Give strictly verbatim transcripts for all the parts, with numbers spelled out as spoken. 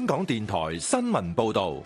香港電台新聞報道。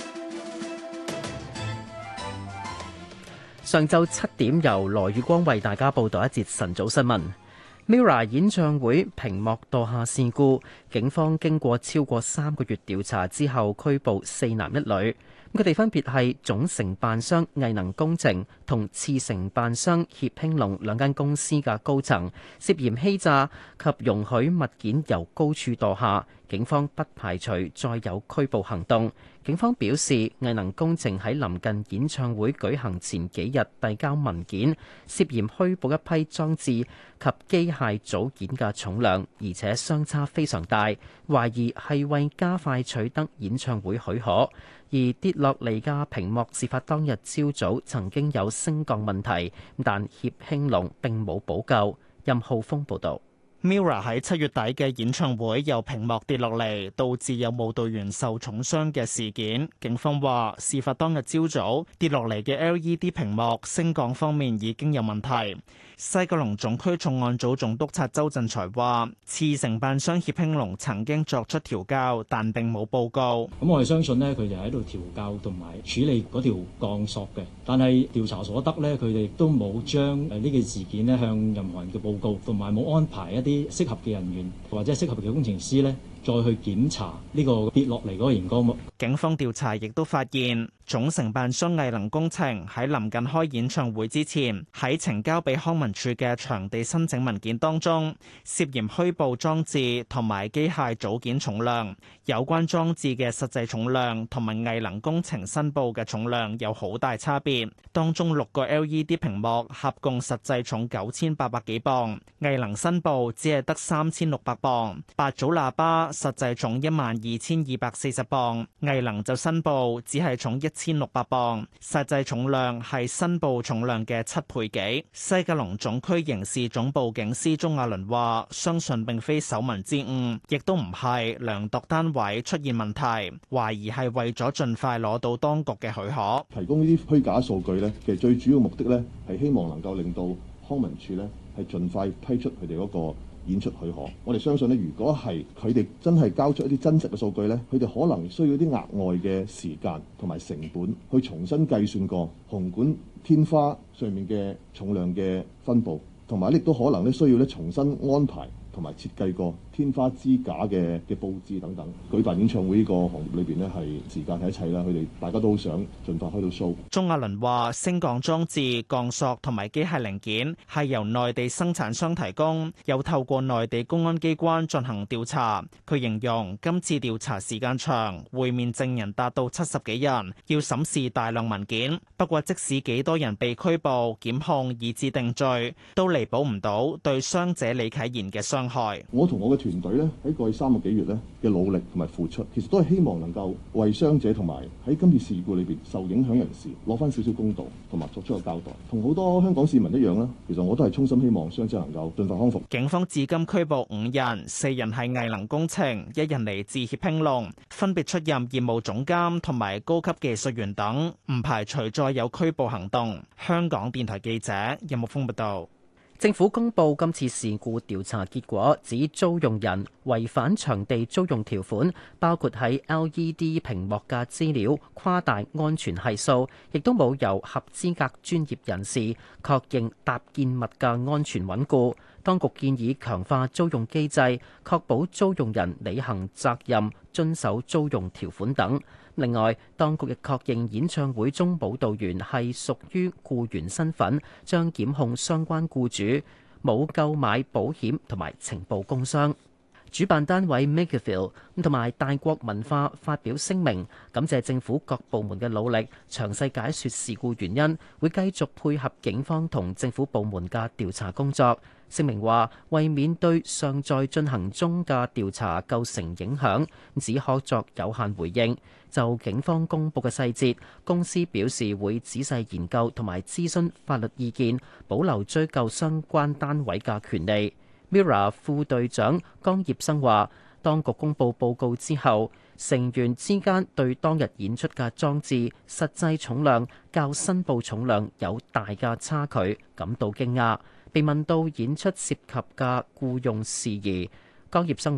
上晝七點，由羅宇光為大家報道一節晨早新聞。MIRROR 演唱會屏幕墮下事故，警方經過超過三個月調查之後，拘捕四男一女。佢哋分別係總承辦商藝能工程同次承辦商協興隆兩間公司嘅高層，涉嫌欺詐及容許物件由高處墮下。警方不排除再有拘捕行動。警方表示，藝能工程喺臨近演唱會舉行前幾日遞交文件，涉嫌虛報一批裝置及機械組件嘅重量，而且相差非常大，懷疑係為加快取得演唱會許可。而跌落嚟嘅屏幕，事發當日朝早曾經有升降問題，但協興隆並冇補救。任浩峰報導。 MIRROR 喺七月底嘅演唱會由屏幕跌落嚟，導致有舞蹈員受重傷嘅事件。警方話，事發當日朝早跌落嚟嘅 L E D 屏幕升降方面已經有問題。西九龍總區重案組總督察周振才話，次承辦商協興隆曾經作出調校，但並冇報告。 咁我哋相信呢，佢哋喺度調校同埋處理嗰條鋼索嘅，但係調查所得呢，佢哋亦都冇將誒呢件事件呢向任何人嘅報告，同埋冇安排一啲適合嘅人員或者適合嘅工程師呢，再去檢查呢個跌落嚟嗰個熒光幕。 警方調查亦都發現，總承辦商藝能工程喺臨近開演唱會之前，喺呈交俾康文署嘅場地申請文件當中，涉嫌虛報裝置同埋機械組件重量。有關裝置嘅實際重量同埋藝能工程申報嘅重量有好大差別。當中六個 L E D 屏幕合共實際重九千八百幾磅，藝能申報只係得三千六百磅。八組喇叭實際重一萬二千二百四十磅，藝能就申報只係重一千六百磅，實際重量係申報重量嘅七倍幾。西九龍總區刑事總部警司鍾亞倫話，相信並非手民之誤，亦都唔係量度單位出現問題，懷疑係為咗盡快攞到當局嘅許可。 提供呢啲虛假數據呢，其實最主要目的呢係希望能夠令到康文署呢係盡快批出佢哋嗰個演出許可。我哋相信呢，如果係佢哋真係交出一啲真實嘅數據呢，佢哋可能需要啲額外嘅時間同埋成本去重新計算過紅館天花上面嘅重量嘅分佈，同埋亦都可能咧需要咧重新安排同埋設計過天花支架嘅嘅佈置等等。舉辦演唱會呢個行業裏邊咧，係時間係一切啦。佢哋大家都好想盡快開到 show。 鍾亞倫話：升降裝置、鋼索同埋機械零件係由內地生產商提供，有透過內地公安機關進行調查。佢形容今次調查時間長，會面證人達到七十幾人，要審視大量文件。不過即使幾多人被拘捕、檢控以至定罪，都彌補唔到對傷者李啟賢嘅傷害。 我同我嘅團隊咧喺過去三個幾月咧嘅努力同埋付出，其實都係希望能夠為傷者同埋喺今次事故裏邊受影響人士攞翻少少公道，同埋作出個交代。同好多香港市民一樣啦，其實我都係衷心希望傷者能夠盡快康復。 警方至今拘捕五人，四人係藝能工程，一人嚟自協興隆，分別出任業務總監同埋高級技術員等，唔排除再有拘捕行動。香港電台記者任木峰報道。 政府公布今次事故調查結果，指租用人違反場地租用條款，包括喺 L E D 屏幕嘅資料誇大安全係數，亦都冇由合資格專業人士確認搭建物嘅安全穩固。當局建議強化租用機制，確保租用人履行責任、遵守租用條款等。另外，當局亦確認演唱會中舞蹈員係屬於僱員身份，將檢控相關僱主冇購買保險同埋呈報工傷。主辦單位 MakerVille 同埋大國文化發表聲明，感謝政府各部門嘅努力，詳細解說事故原因，會繼續配合警方同政府部門嘅調查工作。聲明話，為免對尚在進行中嘅調查構成影響，只可作有限回應。就警方公佈嘅細節，公司表示會仔細研究同埋諮詢法律意見，保留追究相關單位嘅權利。MIRROR 副隊長江業生話，當局公佈報告之後，成員之間對當日演出嘅裝置實際重量較申報重量有大嘅差距，感到驚訝。被問到演出涉及嘅僱用事宜，江業生話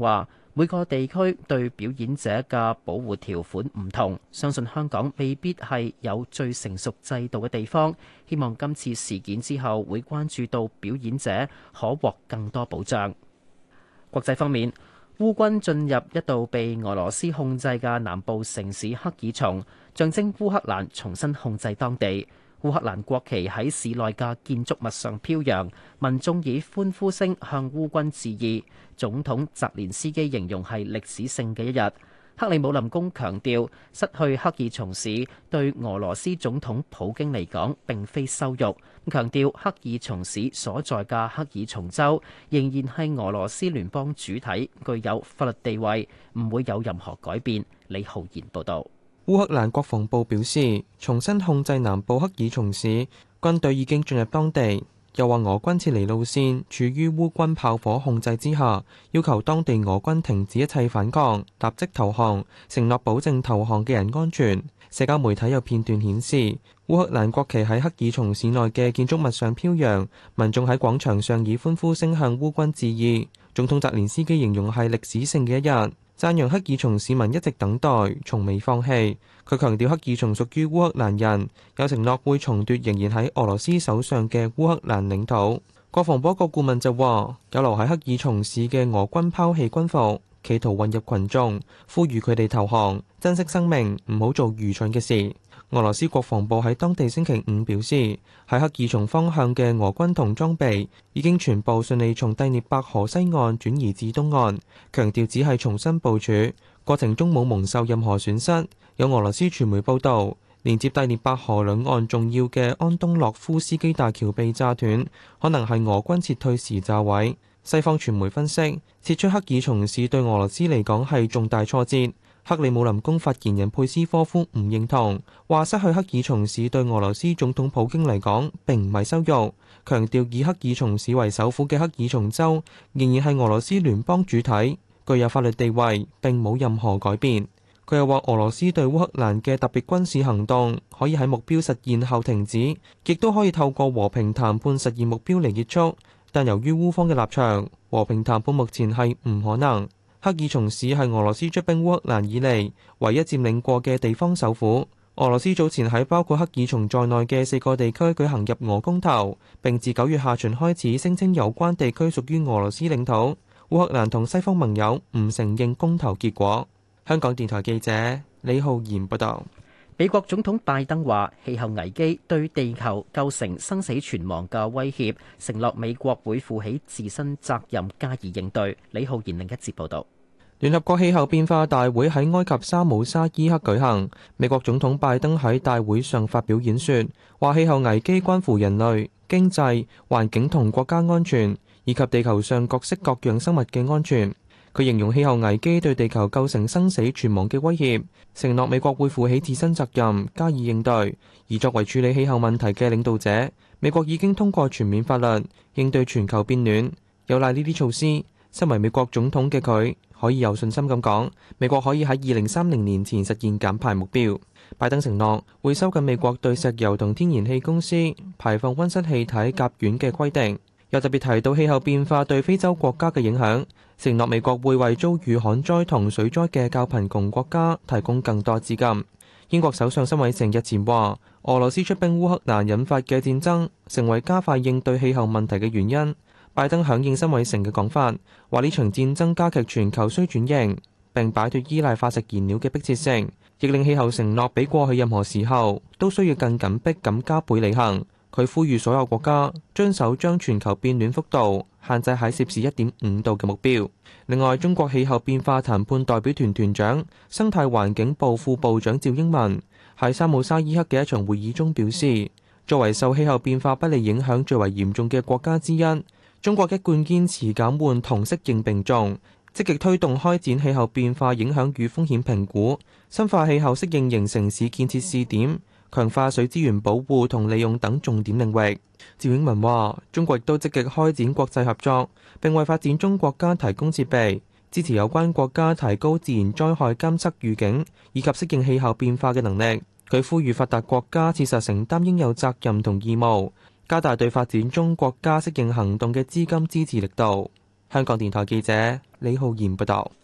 每個地區對表演者嘅保護條款唔同，相信香港未必係有最成熟制度嘅地方。希望今次事件之後會關注到表演者可獲更多保障。國際方面，烏軍進入一度被俄羅斯控制嘅南部城市克爾松，象徵烏克蘭重新控制當地。烏克蘭國旗喺市內嘅建築物上飄揚，民眾以歡呼聲向烏軍致意。總統澤連斯基形容係歷史性嘅一日。克里姆林宮強調，失去克爾松市對俄羅斯總統普京嚟講並非羞辱，強調克爾松市所在嘅克爾松州仍然係俄羅斯聯邦主體，具有法律地位，唔會有任何改變。李浩然報導。 烏克蘭國防部表示，重新控制南部克爾松市，軍隊已經進入當地。又話俄軍撤離路線處於烏軍炮火控制之下，要求當地俄軍停止一切反抗，立即投降，承諾保證投降嘅人安全。社交媒體有片段顯示，烏克蘭國旗喺克爾松市內嘅建築物上飄揚，民眾喺廣場上以歡呼聲向烏軍致意。總統澤連斯基形容係歷史性嘅一日，讚揚克爾松市民一直等待，從未放棄。佢強調克爾松屬於烏克蘭人，有承諾會重奪仍然喺俄羅斯手上嘅烏克蘭領土。國防部一個顧問就話，有留喺克爾松市嘅俄軍拋棄軍服，企圖混入群眾，呼籲佢哋投降，珍惜生命，唔好做愚蠢嘅事。俄羅斯國防部喺當地星期五表示，喺克爾松方向嘅俄軍同裝備已經全部順利從第聶伯河西岸轉移至東岸，強調只係重新部署，過程中冇蒙受任何損失。有俄羅斯傳媒報導，連接第聶伯河兩岸重要嘅安東諾夫斯基大橋被炸斷，可能係俄軍撤退時炸毀。西方傳媒分析，撤出克爾松市對俄羅斯嚟講係重大挫折。克里姆林宮發言人佩斯科夫唔認同，話失去克爾松市對俄羅斯總統普京嚟講並唔係羞辱，強調以克爾松市為首府嘅克爾松州仍然係俄羅斯聯邦主體，具有法律地位，並冇任何改變。佢又話俄羅斯對烏克蘭嘅特別軍事行動可以喺目標實現後停止，亦都可以透過和平談判實現目標嚟結束，但由於烏方嘅立場，和平談判目前係唔可能。克爾松市係俄羅斯出兵烏克蘭以嚟唯一佔領過嘅地方首府。俄羅斯早前喺包括克爾松在內嘅四個地區舉行入俄公投，並自九月下旬開始聲稱有關地區屬於俄羅斯領土。烏克蘭同西方盟友唔承認公投結果。香港電台記者李浩然報道。 美國總統拜登話，氣候危機對地球構成生死存亡嘅威脅，承諾美國會負起自身責任加以應對。李浩然另一節報道。 聯合國氣候變化大會喺埃及沙姆沙伊克舉行，美國總統拜登喺大會上發表演說，話氣候危機關乎人類、經濟、環境同國家安全，以及地球上各式各樣生物嘅安全。佢形容氣候危機對地球構成生死存亡嘅威脅，承諾美國會負起自身責任加以應對。而作為處理氣候問題嘅領導者，美國已經通過全面法律應對全球變暖。有賴呢啲措施，身為美國總統嘅佢可以有信心咁講，美國可以喺二零三零年前實現減排目標。拜登承諾會收緊美國對石油同天然氣公司排放溫室氣體甲烷嘅規定，又特別提到氣候變化對非洲國家嘅影響，承諾美國會為遭遇旱災同水災嘅較貧窮國家提供更多資金。英國首相辛偉誠日前話，俄羅斯出兵烏克蘭引發嘅戰爭成為加快應對氣候問題嘅原因。拜登響應辛偉誠嘅講法，話呢場戰爭加劇全球需轉型，並擺脫依賴化石燃料嘅迫切性，亦令氣候承諾比過去任何時候都需要更緊迫咁加倍履行。佢呼籲所有國家遵守將全球變暖幅度限制喺攝氏一點五度嘅目標。另外，中國氣候變化談判代表團團長、生態環境部副部長趙英民喺沙姆沙伊克嘅一場會議中表示，作為受氣候變化不利影響最為嚴重嘅國家之一，中國一貫堅持減緩同適應並重，積極推動開展氣候變化影響與風險評估，深化氣候適應型城市建設試點，強化水資源保護同利用等重點領域。趙永文話，中國亦都積極開展國際合作，並為發展中國家提供設備，支持有關國家提高自然災害監測預警以及適應氣候變化嘅能力。佢呼籲發達國家切實承擔應有責任同義務，加大對發展中國家適應行動嘅資金支持力度。香港電台記者李浩然報道。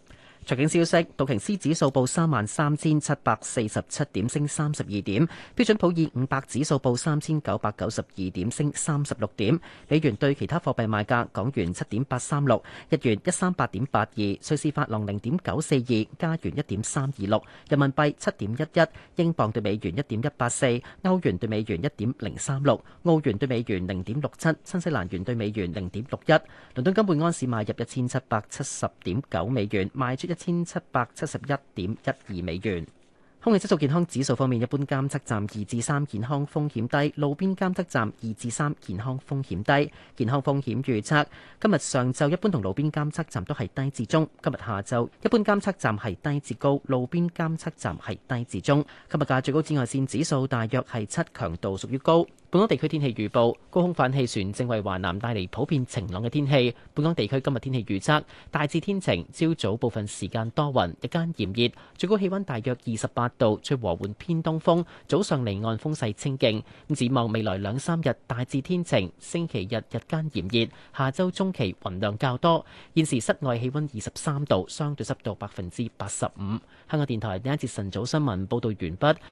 財經消息，道瓊斯指數報三萬三千七百四十七點，升三十二點；標準普爾五百指數報三千九百九十二點，升三十六點。美元對其他貨幣賣價：港元七點八三六，日元一三八點八二，瑞士法郎零點九四二，加元一點三二六，人民幣七點一一，英鎊對美元一點一八四，歐元對美元一點零三六，澳元對美元零點六七，新西蘭元對美元零點六一。倫敦金每安士買入一千七百七十點九美元，賣出一千七百七十一點一二美元。空氣質素健康指數方面，一般監測站二至三，健康風險低，路邊監測站二至三，健康風險低。健康風險預測今日上晝一般同路邊監測站都係低至中，今日下晝一般監測站係低至高，路邊監測站係低至中。今日嘅最高紫外線指數大約係七，強度屬於高。本港地區天氣預報，高空反氣旋正為華南帶嚟普遍晴朗嘅天氣。本港地區今日天氣預測大致天晴，朝早部分時間多雲，日間炎熱，最高氣溫大約二十八度，吹和緩偏東風，早上離岸風勢清勁。咁展望未來兩三日大致天晴，星期日日間炎熱，下周中期雲量較多。現時室外氣溫二十三度，相對濕度百分之八十五。香港電台第一節晨早新聞報道完畢。